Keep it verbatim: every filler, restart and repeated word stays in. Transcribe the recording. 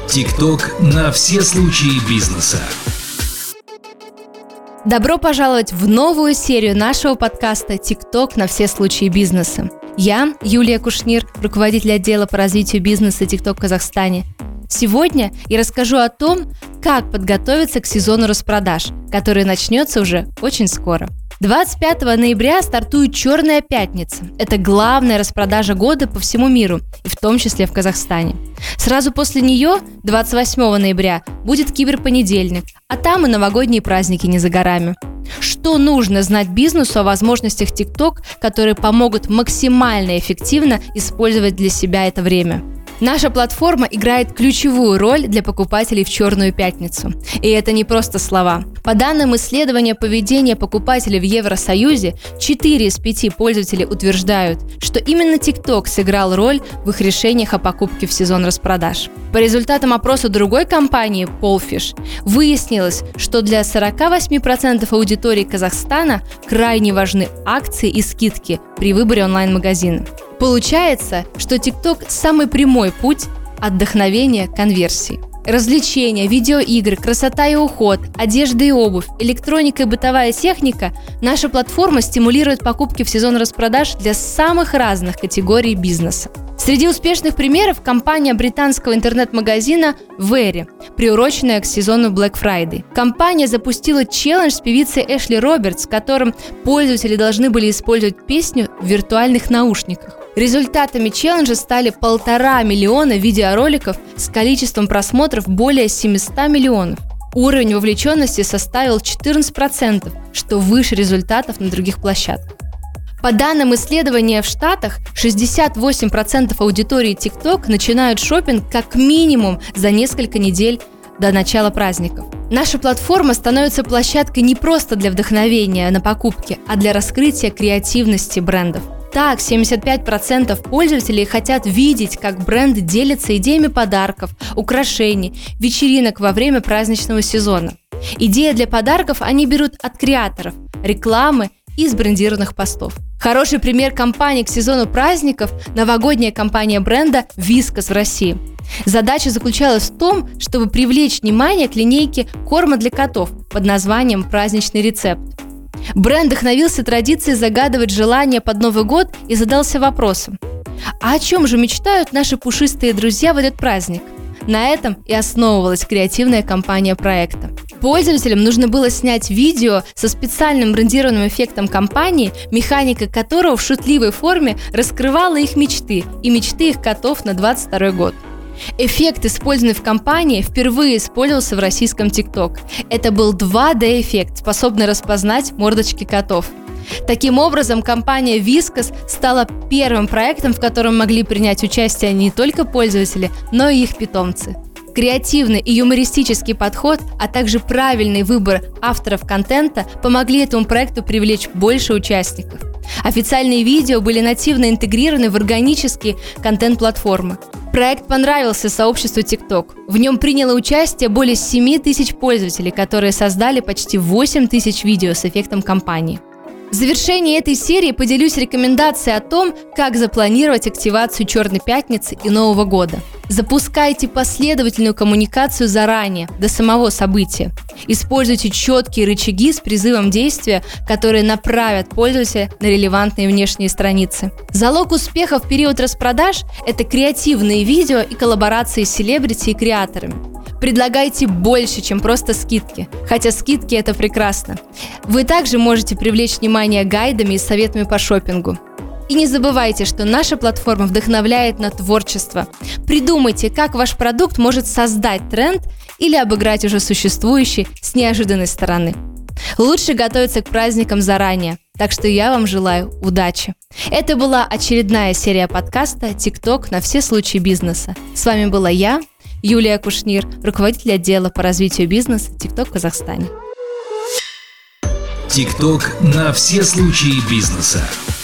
ТикТок на все случаи бизнеса. Добро пожаловать в новую серию нашего подкаста «ТикТок на все случаи бизнеса». Я, Юлия Кушнир, руководитель отдела по развитию бизнеса ТикТок в Казахстане. Сегодня я расскажу о том, как подготовиться к сезону распродаж, который начнется уже очень скоро. двадцать пятого ноября стартует «Черная пятница». Это главная распродажа года по всему миру, и в том числе в Казахстане. Сразу после нее, двадцать восьмого ноября, будет киберпонедельник, а там и новогодние праздники не за горами. Что нужно знать бизнесу о возможностях ТикТок, которые помогут максимально эффективно использовать для себя это время? Наша платформа играет ключевую роль для покупателей в «Черную пятницу». И это не просто слова. По данным исследования поведения покупателей в Евросоюзе, четыре из пяти пользователей утверждают, что именно TikTok сыграл роль в их решениях о покупке в сезон распродаж. По результатам опроса другой компании Polfish выяснилось, что для сорок восемь процентов аудитории Казахстана крайне важны акции и скидки при выборе онлайн-магазина. Получается, что TikTok – самый прямой путь от вдохновения к конверсии. Развлечения, видеоигры, красота и уход, одежда и обувь, электроника и бытовая техника – наша платформа стимулирует покупки в сезон распродаж для самых разных категорий бизнеса. Среди успешных примеров компания британского интернет-магазина Very, приуроченная к сезону Black Friday. Компания запустила челлендж с певицей Эшли Робертс, в котором пользователи должны были использовать песню в виртуальных наушниках. Результатами челленджа стали полтора миллиона видеороликов с количеством просмотров более семьсот миллионов. Уровень вовлеченности составил четырнадцать процентов, что выше результатов на других площадках. По данным исследования в Штатах, шестьдесят восемь процентов аудитории TikTok начинают шопинг как минимум за несколько недель до начала праздников. Наша платформа становится площадкой не просто для вдохновения на покупки, а для раскрытия креативности брендов. Так, семьдесят пять процентов пользователей хотят видеть, как бренд делится идеями подарков, украшений, вечеринок во время праздничного сезона. Идеи для подарков они берут от креаторов, рекламы и из брендированных постов. Хороший пример кампании к сезону праздников – новогодняя кампания бренда Whiskas в России. Задача заключалась в том, чтобы привлечь внимание к линейке корма для котов под названием «Праздничный рецепт». Бренд вдохновился традицией загадывать желания под Новый год и задался вопросом: а о чем же мечтают наши пушистые друзья в этот праздник? На этом и основывалась креативная кампания проекта. Пользователям нужно было снять видео со специальным брендированным эффектом кампании, механика которого в шутливой форме раскрывала их мечты и мечты их котов на двадцать второй год. Эффект, использованный в кампании, впервые использовался в российском TikTok. Это был два дэ-эффект, способный распознать мордочки котов. Таким образом, компания Whiskas стала первым проектом, в котором могли принять участие не только пользователи, но и их питомцы. Креативный и юмористический подход, а также правильный выбор авторов контента помогли этому проекту привлечь больше участников. Официальные видео были нативно интегрированы в органический контент платформы. Проект понравился сообществу TikTok. В нем приняло участие более семь тысяч пользователей, которые создали почти восемь тысяч видео с эффектом кампании. В завершении этой серии поделюсь рекомендацией о том, как запланировать активацию «Черной пятницы» и Нового года. Запускайте последовательную коммуникацию заранее, до самого события. Используйте четкие рычаги с призывом действия, которые направят пользователя на релевантные внешние страницы. Залог успеха в период распродаж – это креативные видео и коллаборации с селебрити и креаторами. Предлагайте больше, чем просто скидки, хотя скидки – это прекрасно. Вы также можете привлечь внимание гайдами и советами по шопингу. И не забывайте, что наша платформа вдохновляет на творчество. Придумайте, как ваш продукт может создать тренд или обыграть уже существующий с неожиданной стороны. Лучше готовиться к праздникам заранее, так что я вам желаю удачи. Это была очередная серия подкаста «ТикТок на все случаи бизнеса». С вами была я, Юлия Кушнир, руководитель отдела по развитию бизнеса ТикТок в Казахстане. ТикТок на все случаи бизнеса.